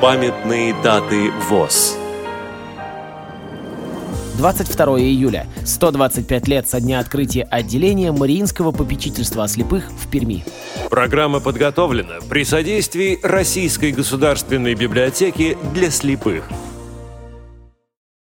Памятные даты ВОС. 22 июля. 125 лет со дня открытия отделения Мариинского попечительства о слепых в Перми. Программа подготовлена при содействии Российской государственной библиотеки для слепых.